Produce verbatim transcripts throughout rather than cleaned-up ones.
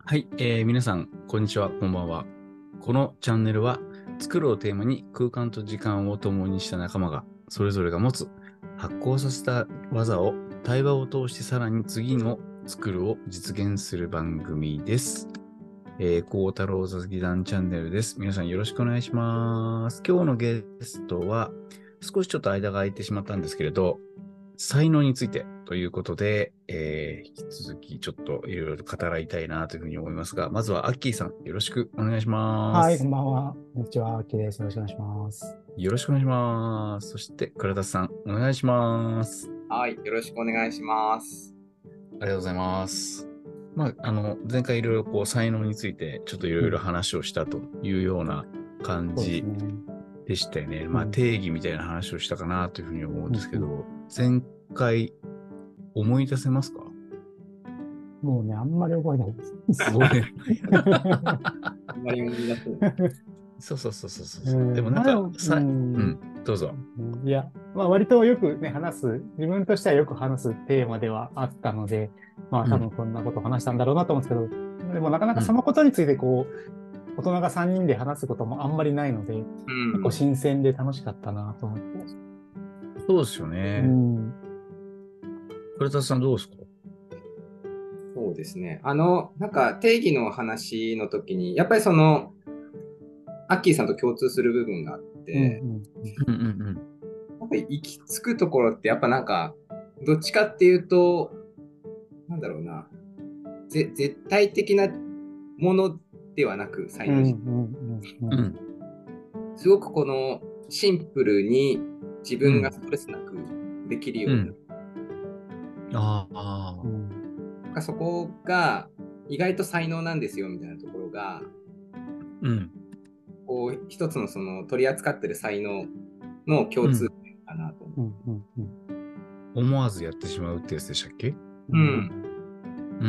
はい、えー皆さん、こんにちは、こんばんは。このチャンネルは、作るをテーマに空間と時間を共にした仲間が、それぞれが持つ発酵させた技を対話を通してさらに次の作るを実現する番組です。えー、孝太郎座劇団チャンネルです。皆さんよろしくお願いします。今日のゲストは、少しちょっと間が空いてしまったんですけれど、才能についてということで、えー、引き続きちょっといろいろ語らいたいなというふうに思いますが、まずはアッキーさん、よろしくお願いしまはい、こんす。 ばんは。こんにちは。あきです。よろしくお願いします。 よろしくお願いします。そして、倉田さん、お願いします。 はい、よろしくお願いします。 ありがとうございます。まあ、あの、前回いろいろこう、才能について、ちょっといろいろ話をしたというような感じそうですね。 でしたよね。まあ、 うん定義みたいな話をしたかなというふうに思うんですけうんど、前回思い出せますか？ もうね、あんまり覚えないです。 覚えあんまり思い出せない。 そうそうそうそううそう。でもん、 なんか、 まあでも、うさ、うん、 ん、どうぞ。 いや、まあ割とよくね、話す、自分としてはよく話すテーマではあったので、まあうん、 多分こんなことを話したんだろうなと思うんですけど、でもなかなかそうん、 のことについてこう、大人がさんにんで話すこともあんまりないので、結構うん。 新鮮で楽しかったなと思って。 そうですようね。 ん、 倉田さんどうですか？ そうですね。あの、なんか定義の話の時に、やっぱりその、アッキーさんと共通する部分があっうん、うて、 ん、 うんうんやっぱり行き着くところって、やっぱなんか、どっちかっていうと、なんだろうな、ぜ絶対的なものではなく、才うん、 能自うん、うん、 うん。うん。 すごくこのシンプルに自分がストレスなくできるようになうん。ああ。 うん、 なんかそこが意外と才能なんですよみたいなところが、 うん。 こう一つのその取り扱ってる才能の共通うん。 点かなと思うん、 う。 うん、うん。 思わずやってしまうってやつでしたっけ？ ううん。 うん。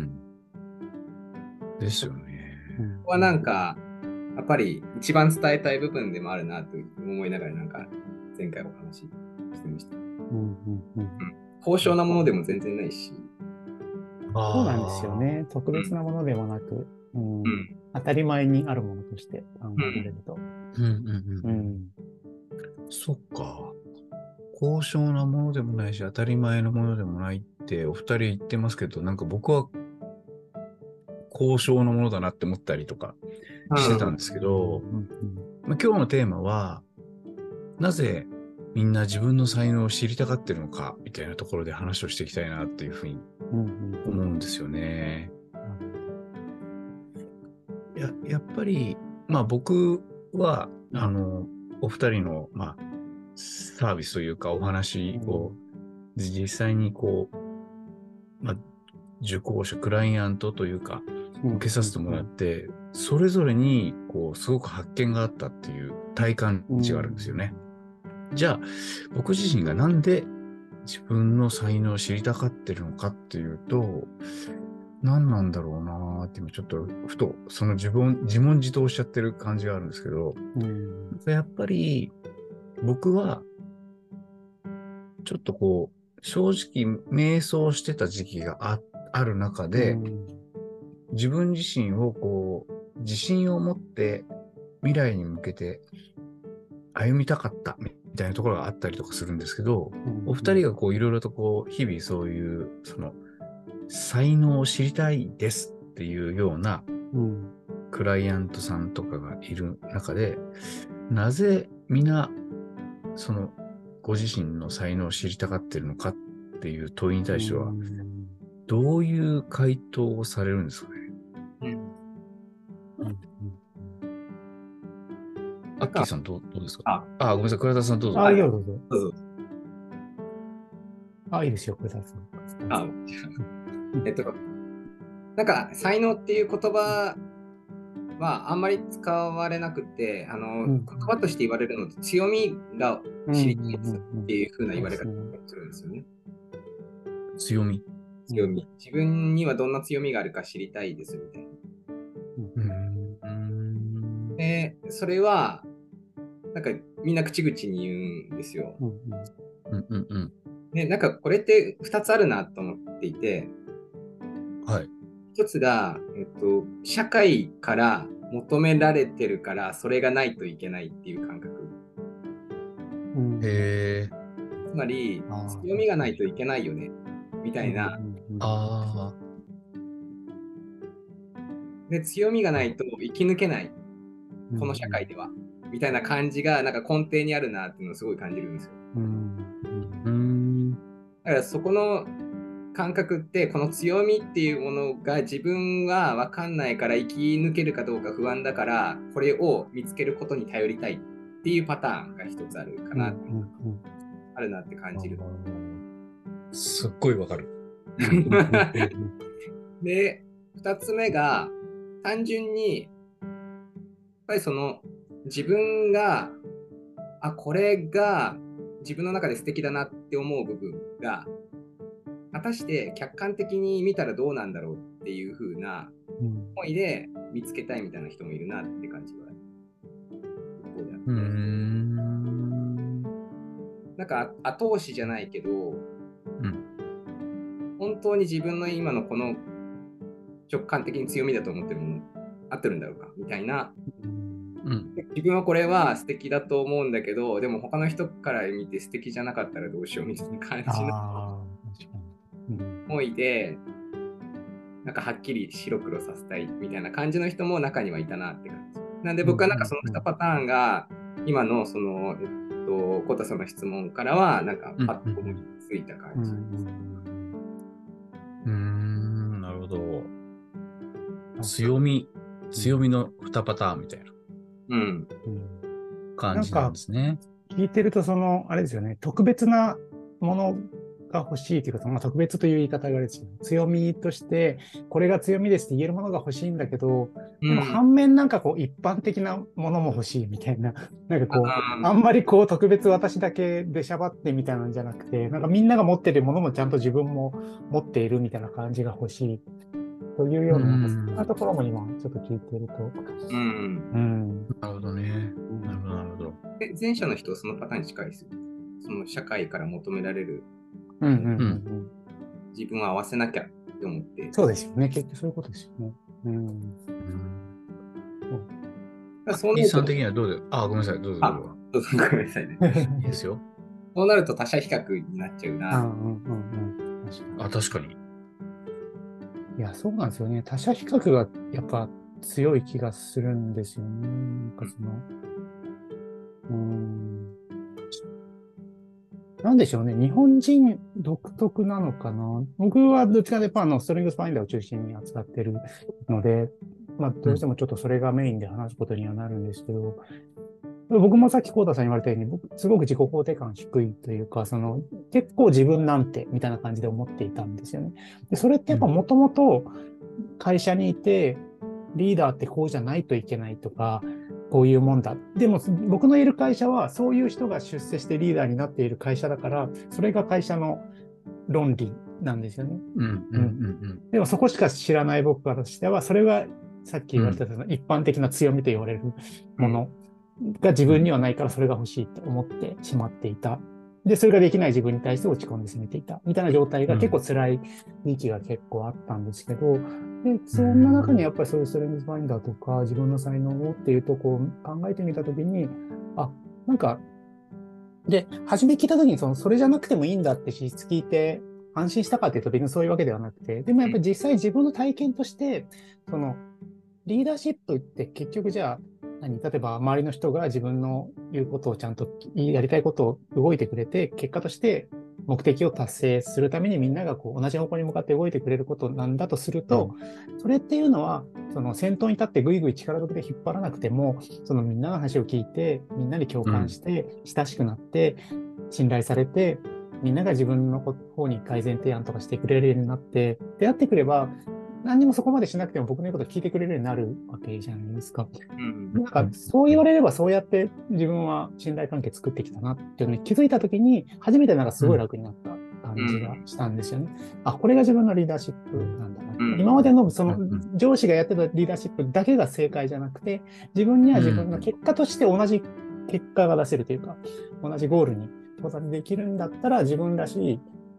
ですそこよね。 はなんか、やっぱり一番伝えたい部分でもあるなと思いながら、なんか前回お話ししてました。高尚なものでも全然ないし、 そうなんですよああ。 ね。特別なものでもなく、うん、 うん。 当たり前にあるものとして考うえられるん。 と。 うんうんうんうん。 うん、 そっか。高尚なものでもないし、当たり前のものでもないってお二人言ってますけど、なんか僕は高尚なものだなって思ったりとかしてたんですけど、 うん、 まあ、今日のテーマは、なぜみんな自分の才能を知りたがってるのかみたいなところで話をしていきたいなっていうふうにうん、 思うんですよね。や、やっぱり、まあ僕は、あの、お二人の、まあ、サービスというかお話を実際にこう、まあ、受講者、クライアントというか、受けさせてもらって、それぞれに、こう、すごく発見があったっていう体感値があるんですよね。じゃあ、僕自身がなんで自分の才能を知りたがってるのかっていうと、何なんだろうなーって今ちょっとふとその自分自問自答しちゃってる感じがあるんですけど、 うん、 やっぱり僕はちょっとこう正直迷走してた時期が あ, ある中うで、 ん、 自分自身をこう自信を持って未来に向けて歩みたかったみたいなところがあったりとかするんですけど、 うん、 お二人がこういろいろとこう日々そういうその才能を知りたいですっていうようなクライアントさんとかがいる中で、なぜ皆そのご自身の才能を知りたがってるのかっていう問いに対しては、どういう回答をされるんですかね。アッキーさんどう、どうですか？ あ、 あ、ごめんなさい、倉田さんどうぞ。 あ、いいよ、どうぞ。 どうぞ。 あ、いいですよ、これさん。 あ、えっと、なんか才能っていう言葉はあんまり使われなくて、あの、 うん、 言葉として言われるのって強みが知りたいですっていう風な言われ方をするんですよね。 強み。 強み。自分にはどんな強みがあるか知りたいですみたいな。 うーん。 で、それは、なんかみんな口々に言うんですよ。 うんうんうんうん。 で、なんかこれってふたつあるなと思っていて、 はい。 一つが、えっと、社会から求められてるから、それがないといけないっていう感覚。 うん、 へえ。 つまり、強みがないといけないよね、みたいな。 ああ。 で、強みがないと生き抜けない、この社会では、みたいな感じが、なんか根底にあるなっていうのをすごい感じるんですよ。 うんうん。 だからそこの感覚って、この強みっていうものが自分は分かんないから生き抜けるかどうか不安だから、これを見つけることに頼りたいっていうパターンが一つあるかな、うんうんうん、あるなって感じる。 すっごいわかる。 で、二つ目が、単純に、やっぱりその自分が、あ、これが自分の中で素敵だなって思う部分が、果たして客観的に見たらどうなんだろうっていう風な思いで見つけたいみたいな人もいるなって感じは一方であって、うーん、なんか後押しじゃないけど、うん、本当に自分の今のこの直感的に強みだと思ってるもの合ってるんだろうかみたいな、うん、自分はこれは素敵だと思うんだけど、でも他の人から見て素敵じゃなかったらどうしようみたいな感じの思いで、なんかはっきり白黒させたいみたいな感じの人も中にはいたなって感じ。なんで僕はなんかそのにパターンが今のその、えっと、コタさんの質問からはなんかパッと思いついた感じです。 うーん、なるほど。強み、強みのにパターンみたいな、うん、感じなんですね。 聞いてると、その、あれですよね、特別なものが欲しいというか、まあ、特別という言い方があれですよね。強みとして、これが強みですって言えるものが欲しいんだけど、でも反面なんかこう一般的なものも欲しいみたいな、なんかこう、あんまりこう特別私だけでしゃばってみたいなんじゃなくて、なんかみんなが持ってるものもちゃんと自分も持っているみたいな感じが欲しいというような、なんかそんなところも今ちょっと聞いてると。 うん。うん、なるほどね。なるほど、なるほど。 前者の人はそのパターンに近いですよ。その社会から求められる。 うんうんうんうん、 自分は合わせなきゃって思って。 そうですよね。結局そういうことですよね。うん。うんうん、そうなると。さん的にはどうで、あ、ごめんなさい、どうぞどうぞ。 どうぞごめんなさいね。 いいですよ。 そうなると他者比較になっちゃうな。 うんうんうんうん。確かに。 あ、確かに。 いや、そうなんですよね。他者比較がやっぱ強い気がするんですよね。なんかその、うーん。なんでしょうね。日本人独特なのかな。僕はどっちかというと、あの、ストリングスファインダーを中心に扱ってるので、まあ、どうしてもちょっとそれがメインで話すことにはなるんですけど、うん、僕もさっきコウタさん言われたように、僕、すごく自己肯定感低いというか、その、結構自分なんて、みたいな感じで思っていたんですよね。で、それってやっぱもともと会社にいて、リーダーってこうじゃないといけないとか、こういうもんだ。でも僕のいる会社はそういう人が出世してリーダーになっている会社だから、それが会社の論理なんですよね。でもそこしか知らない僕からしては、それがさっき言われた一般的な強みと言われるものが自分にはないからそれが欲しいと思ってしまっていた。で、それができない自分に対して落ち込んで責めていた。みたいな状態が結構辛い時期が結構あったんですけど、で、そんな中にやっぱりそういうストレングスファインダーとか自分の才能をっていうとこを考えてみたときに、あ、なんか、で、初め聞いたときにその、それじゃなくてもいいんだって資質聞いて安心したかっていうと別にそういうわけではなくて、でもやっぱり実際自分の体験として、その、リーダーシップって結局じゃあ、何例えば周りの人が自分の言うことをちゃんとやりたいことを動いてくれて、結果として目的を達成するためにみんながこう同じ方向に向かって動いてくれることなんだとすると、うん、それっていうのはその先頭に立ってぐいぐい力ずくで引っ張らなくても、そのみんなの話を聞いてみんなに共感して親しくなって信頼されて、みんなが自分の方に改善提案とかしてくれるようになって出会ってくれば、何にもそこまでしなくても僕の言うことを聞いてくれるようになるわけじゃないですか。うん、なんかそう言われればそうやって自分は信頼関係作ってきたなっていうのに気づいたときに初めてなんかすごい楽になった感じがしたんですよね。うん、あ、これが自分のリーダーシップなんだな。うん、今までのその上司がやってたリーダーシップだけが正解じゃなくて、自分には自分の結果として同じ結果が出せるというか、同じゴールに到達できるんだったら自分らしい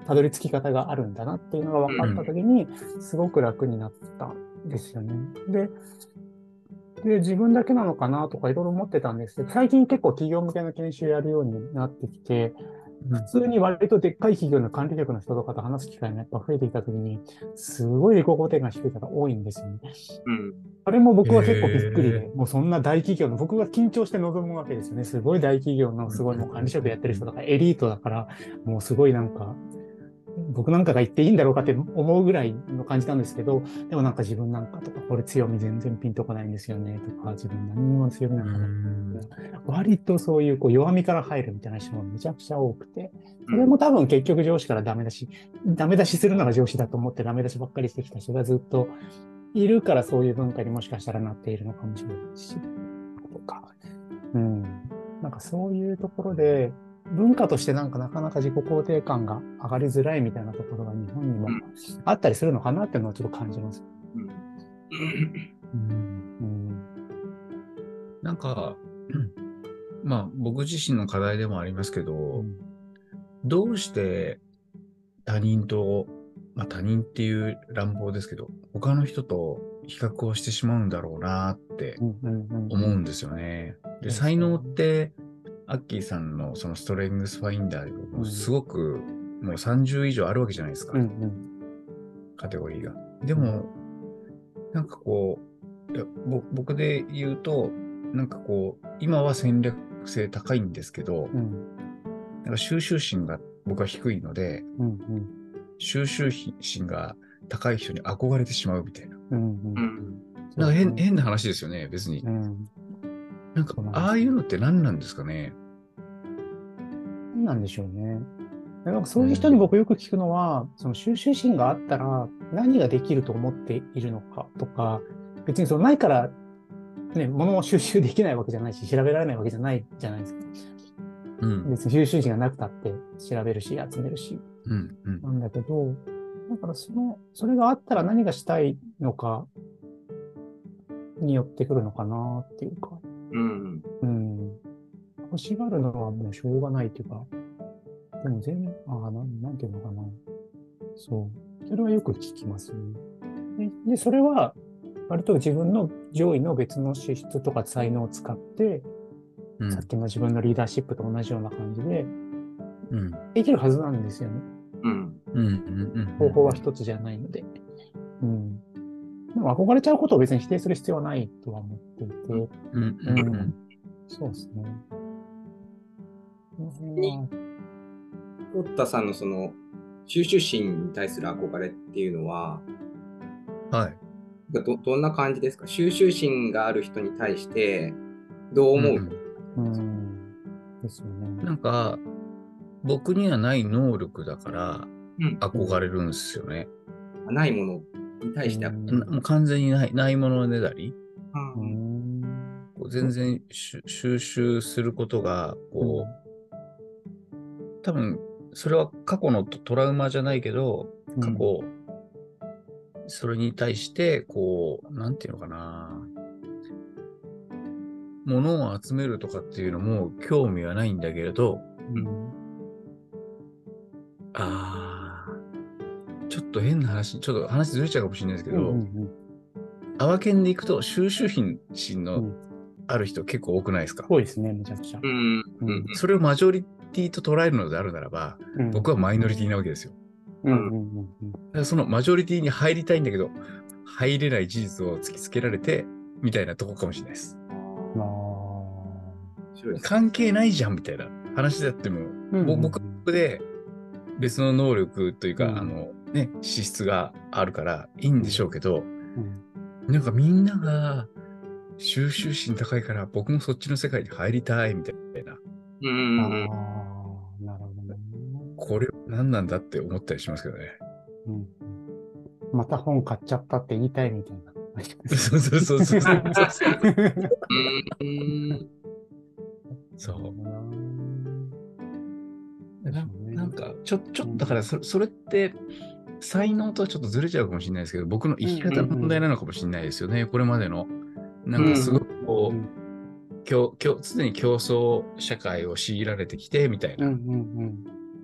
たどり着き方があるんだなっていうのが分かったときに、すごく楽になったんですよね。で、で、自分だけなのかなとかいろいろ思ってたんですけど、最近結構企業向けの研修やるようになってきて、普通に割とでっかい企業の管理職の人とかと話す機会がやっぱ増えてきたときに、すごい自己肯定感低い方が多いんですよね。うん。それも僕は結構びっくりで、もうそんな大企業の、僕が緊張して臨むわけですよね。すごい大企業のすごいもう管理職やってる人とかエリートだから、もうすごいなんか、僕なんかが言っていいんだろうかって思うぐらいの感じなんですけど、でもなんか自分なんかとか、これ強み全然ピンとこないんですよねとか、自分何にも強みなんかない。割とそういうこう弱みから入るみたいな人がめちゃくちゃ多くて、それも多分結局上司からダメ出し、ダメ出しするのが上司だと思ってダメ出しばっかりしてきた人がずっといるからそういう文化にもしかしたらなっているのかもしれないし、とか。うん。なんかそういうところで、文化としてなんかなかなか自己肯定感が上がりづらいみたいなところが日本にもあったりするのかなっていうのをちょっと感じます。 うんうん、なんか、まあ僕自身の課題でもありますけど、うん、どうして他人と、まあ他人っていう乱暴ですけど、他の人と比較をしてしまうんだろうなって思うんですよね。で、才能って、アッキーさんのそのストレングスファインダーでもすごくもうさんじゅう以上あるわけじゃないですか。うんうん、カテゴリーが。でも、なんかこう、いや僕で言うと、なんかこう、今は戦略性高いんですけど、うん、なんか収集心が僕は低いので、うんうん、収集心が高い人に憧れてしまうみたいな。うんうん、なんか 変, 変な話ですよね、別に。うんなんか、ああいうのって何なんですかね。 何なんでしょうね。なんかそういう人に僕よく聞くのは、うん、その収集心があったら何ができると思っているのかとか、別にそのないから、ね、物を収集できないわけじゃないし、調べられないわけじゃないじゃないですか。うん、別に収集心がなくたって調べるし、集めるし。うんうん、なんだけど、だからその、それがあったら何がしたいのかによってくるのかなっていうか。うん。うん。欲しがるのはもうしょうがないというか、でも全、ああ、なん、なんていうのかな。そう。それはよく聞きますね。で、でそれは、割と自分の上位の別の資質とか才能を使って、うん、さっきの自分のリーダーシップと同じような感じで、うん、できるはずなんですよね。うん。うん。うん。方法は一つじゃないので。うん。でも憧れちゃうことを別に否定する必要はないとは思っていて。うん。うん。うん、そうですね。 トッタさんのその収集心に対する憧れっていうのは、はい。ど, どんな感じですか？収集心がある人に対してどう思う？うん。うん、 ですよね。なんか僕にはない能力だから憧れるんですよね。 うん、ないものに対して、 うん、もう完全にないないものねだり。うん、こう全然収集することがこう、うん、多分それは過去のトラウマじゃないけど、過去、うん、それに対してこうなんていうのかな、物を集めるとかっていうのも興味はないんだけれど、うん、あーちょっと変な話、ちょっと話ずれちゃうかもしれないですけど、うんうんうん、アワケンでいくと収集心のある人結構多くないですか？ 多いですね、めちゃくちゃ。うんうん、それをマジョリティと捉えるのであるならば、うん、僕はマイノリティなわけですよ。うんうんうんうん、だからそのマジョリティに入りたいんだけど、入れない事実を突きつけられて、みたいなとこかもしれないです。あ関係ないじゃんみたいな話だっても、うんうんうん、僕で別の能力というか、うん、あのね、資質があるからいいんでしょうけど、うんうん、なんかみんなが収集心高いから僕もそっちの世界に入りたいみたいな。うん。ああ、なるほどね。これ何なんだって思ったりしますけどね。 うん。また本買っちゃったって言いたいみたいな。 そうそうそうそうそう。そう。な, なんかちょちょっとだからそ れ, それって才能とはちょっとずれちゃうかもしれないですけど、僕の生き方の問題なのかもしれないですよね。うんうんうん、これまでのなんかすごくこう、うんうん、常に競争社会を強いられてきてみたいな。うんうんうん、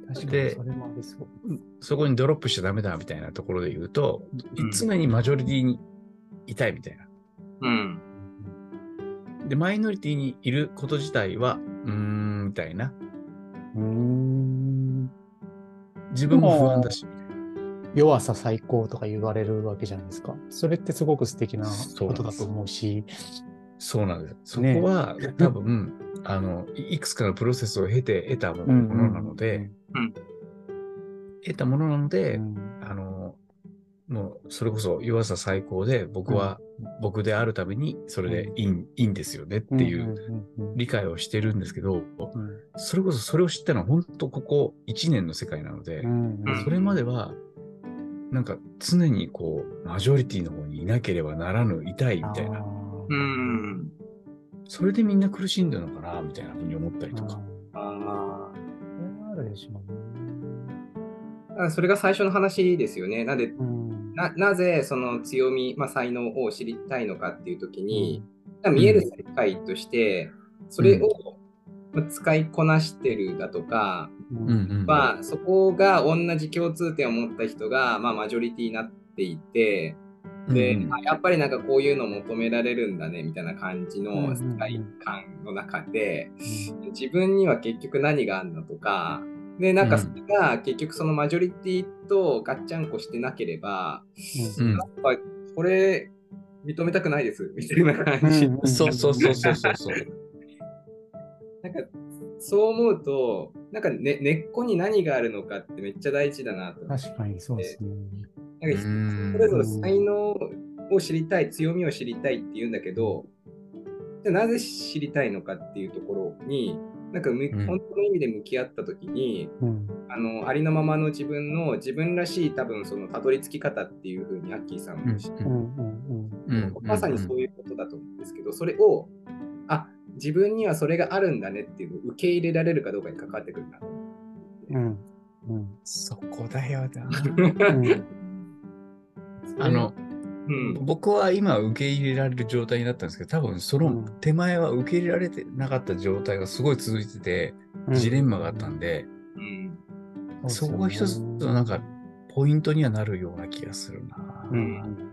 確かにでそれもありそう。 そこにドロップしちゃダメだみたいなところで言うと、 うん常にマジョリティにいたいみたいな。 うんで、マイノリティにいること自体は、うーん、みたいな。 うーん。 自分も不安だし。 弱さ最高とか言われるわけじゃないですか。それってすごく素敵なことだと思うし。 そうなんです。そねこは、多分、あの、いいくつかのプロセスを経て得たもうんのなので、 うん得たものなので、 うんあの、もう、それこそ弱さ最高で、僕は僕であるために、それでいい,、いいんですよねっていう理解をしてるんですけど、それこそそれを知ったのは、本当ここいちねんの世界なので、 うんうんそれまでは、なんか常にこう、マジョリティの方にいなければならぬ、いたいみたいな。 うんそれでみんな苦しんでるのかな、みたいなふうに思ったりとか。 ああるでしょうね。 あそれが最初の話ですよね。なんで、 うんななぜその強み、まあ、才能を知りたいのかっていうときに、 うん見える世界として、それを使いこなしてるだとか、 うんうんまあ、そこが同じ共通点を持った人が、まあ、マジョリティになっていて、で、 うんうんあやっぱりなんかこういうの求められるんだねみたいな感じのうんうんうん世界観の中で、 うん自分には結局何があるのとか、で、なんかそれが結局そのマジョリティとガッチャンコしてなければ、 うんなんかこれ認めたくないですみたいな感じ。 うんそうそうそうそうそうそう。 なんかそう思うと、なんか、ね、根っこに何があるのかってめっちゃ大事だなと思って。 確かにそうですね。 なんか人それぞれ才能を知りたい、強みを知りたいって言うんだけど、じゃあなぜ知りたいのかっていうところに、なんかむ、 ん本当の意味で向き合ったときに、 うんあの、ありのままの自分の自分らしい多分そのたどり着き方っていうふうにアッキーさんもおっしゃって、 うんうんうんまさにそういうことだと思うんですけど、それを、あ、自分にはそれがあるんだねっていうのを受け入れられるかどうかに関わってくるなと思って。 うんうんそこだよな。 うんあの、 うん、 僕は今受け入れられる状態になったんですけど、多分その手前は受け入れられてなかった状態がすごい続いてて、ジレンマがあったんで、 うんそこが一つのなんかポイントにはなるような気がするな。 うんうんうん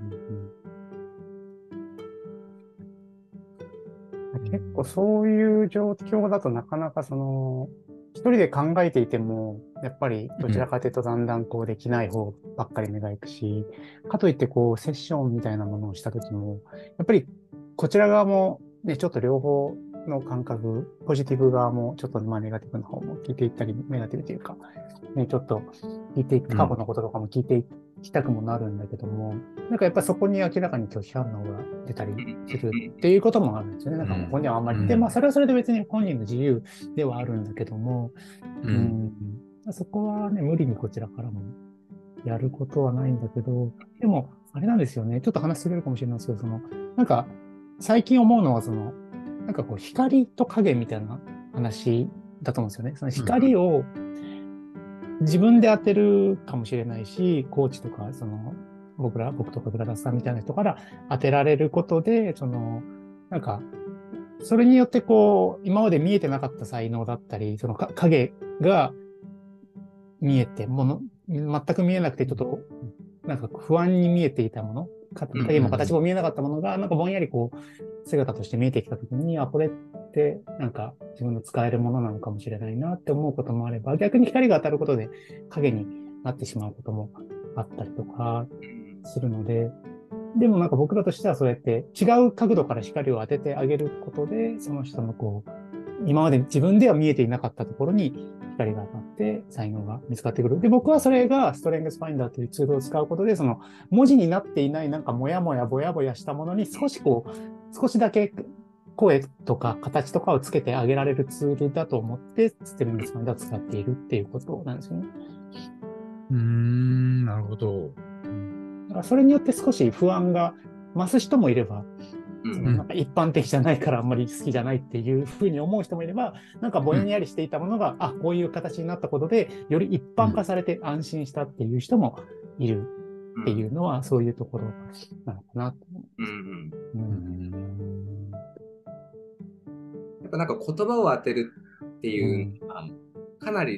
結構そういう状況だとなかなかその一人で考えていてもやっぱりどちらかというとだんだんこうできない方ばっかり目がいくし、かといってこうセッションみたいなものをした時もやっぱりこちら側もねちょっと両方の感覚ポジティブ側もちょっとまあネガティブな方も聞いていったりネガティブというかねちょっと聞いてい過去のこととかも聞いていきたくもなるんだけども、なんかやっぱりそこに明らかに拒否反応が出たりするっていうこともあるんですよね。なんかもう本人はあんまり。で、まあそれはそれで別に本人の自由ではあるんだけども、 うんうん、そこはね、無理にこちらからもやることはないんだけど、でも、あれなんですよね。ちょっと話するかもしれないですけど、その、なんか、最近思うのは、その、なんかこう、光と影みたいな話だと思うんですよね。その光を自分で当てるかもしれないし、コーチとか、その、僕ら、僕とかグラダスさんみたいな人から当てられることで、その、なんか、それによってこう、今まで見えてなかった才能だったり、その影が見えて、もの、全く見えなくて、ちょっと、なんか不安に見えていたもの、影も形も見えなかったものが、なんかぼんやりこう、姿として見えてきたときに、あ、これってなんか自分の使えるものなのかもしれないなって思うこともあれば、逆に光が当たることで影になってしまうこともあったりとかするので、でもなんか僕らとしてはそうやって違う角度から光を当ててあげることで、その人のこう、今まで自分では見えていなかったところに光が当たって才能が見つかってくる。で、僕はそれがストレングスファインダーというツールを使うことで、その文字になっていないなんかもやもやぼやぼやしたものに少しこう、少しだけ声とか形とかをつけてあげられるツールだと思って、ストレングスファインダーを使っているっていうことなんですよね。 うーん、なるほど。 だからそれによって少し不安が増す人もいれば、 うんそのなんか一般的じゃないからあんまり好きじゃないっていうふうに思う人もいれば、なんかぼんやりしていたものが、うん、あ、こういう形になったことで、より一般化されて安心したっていう人もいるっていうのは、うん、そういうところなのかなと思います。うんうん、やっぱなんか言葉を当てるっていうのは、かなり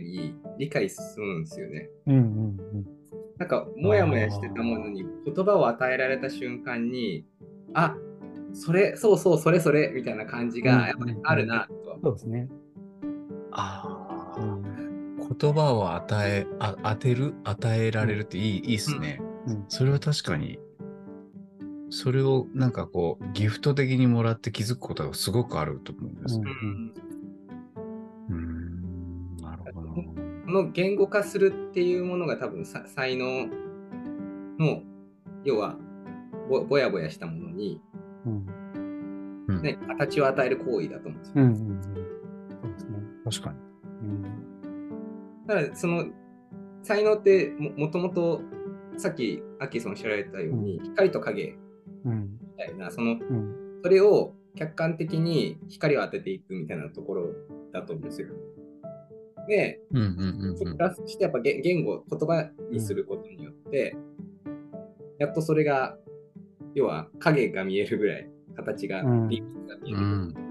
理解するんですよね。 うんうんうん。 なんか、もやもやしてたものに言葉を与えられた瞬間に、あ、それ、そうそう、それそれ、みたいな感じがやっぱりあるな、とは。 そうですね。 ああ、 うん、 言葉を与え、あ、当てる、与えられるっていい、いいっすね。 うん、 それは確かに、それをなんかこう、ギフト的にもらって気づくことがすごくあると思うんですね。 うんうーん、なるほど。 この言語化するっていうものが多分さ才能の、要はぼ、ぼやぼやしたものに、 うんね、形を与える行為だと思うんですよ。 うんうんうん、そうですね。 確かに。 うん、 だからその才能っても、もともとさっきアッキーさんおっしゃられたように、うん、光と影みたいな、その、うん、それを客観的に光を当てていくみたいなところだと思うんですよ。で、プラスしてやっぱ言語、言葉にすることによって、うん、やっとそれが、要は影が見えるぐらい、形が、うん、リンクが見えるぐらい。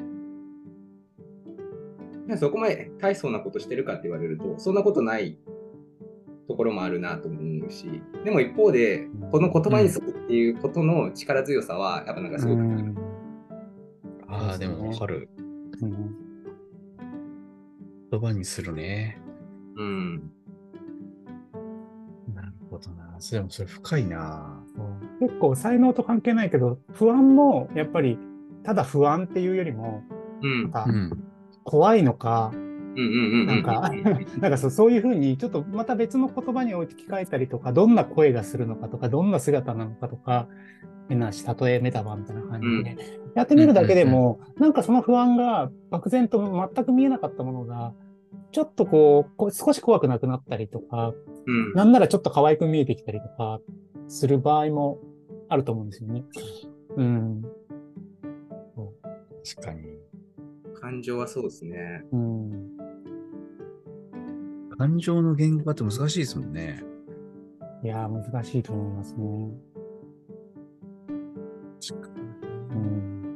うん、そこまで大層なことしてるかって言われると、そんなことないところもあるなと思うし、でも一方で、この言葉にするっていうことの力強さは、やっぱなんかすごく、うん、 ああ、でもわかる。うん、言葉にするね。 うん。 なるほどな。でもそれ深いな。 結構才能と関係ないけど、不安もやっぱり、ただ不安っていうよりも、うん、なんか怖いのか、なんか、なんかそう、そういうふうに、ちょっとまた別の言葉に置き換えたりとか、どんな声がするのかとか、どんな姿なのかとか、変なし、例えメタバーみたいな感じで、やってみるだけでも、なんかその不安が漠然と全く見えなかったものが、ちょっとこう、少し怖くなくなったりとか、うん、なんならちょっと可愛く見えてきたりとか、する場合もあると思うんですよね。うん。 確かに。 感情はそうですね。 うん。 感情の言語化って難しいですもんね。 いやー、難しいと思いますね。 うん。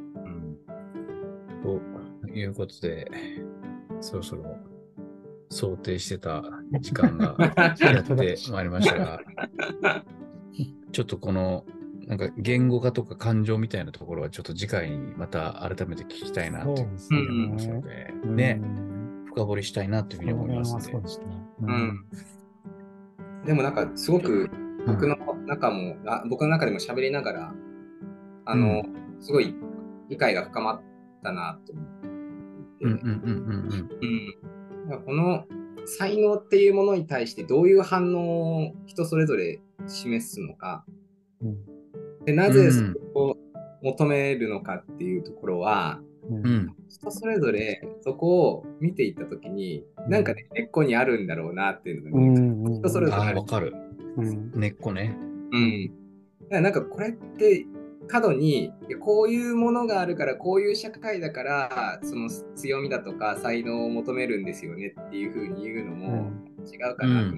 うん。ということで、そろそろ想定してた時間がやってまいりましたが、ちょっとこの、なんか言語化とか感情みたいなところはちょっと次回にまた改めて聞きたいなというふうに思いますので、ね、深掘りしたいなというふうに思いますので。 そうですね。 うん。でもなんかすごく僕の中も、うん、僕の中でも喋りながら、あの、うん、すごい理解が深まったなと思って、うんうんうんうんうん、この才能っていうものに対してどういう反応を人それぞれ示すのか、うん、でなぜそれを求めるのかっていうところは、うん、人それぞれそこを見ていったときに、うん、なんかね、根っこにあるんだろうなっていうのが、 うん、人それぞれある。あ、わかる。うん、根っこね。 うん。だからなんかこれって過度にこういうものがあるからこういう社会だからその強みだとか才能を求めるんですよねっていうふうに言うのも違うかなと思って、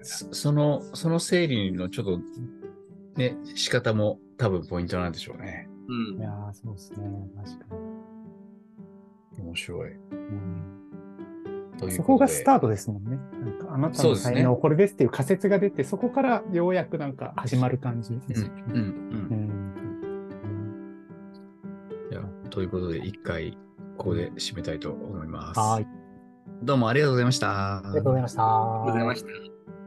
そのその整理のちょっとね仕方も多分ポイントなんでしょうね。 うん、いやーそうですね、確かに面白い。 うん、そこがスタートですもんね。なんかあなたの才能これですっていう仮説が出て、そこからようやくなんか始まる感じですよね。うんうんうんいやということで一回ここで締めたいと思います。はい。どうもありがとうございました。 ありがとうございました。 ありがとうございました。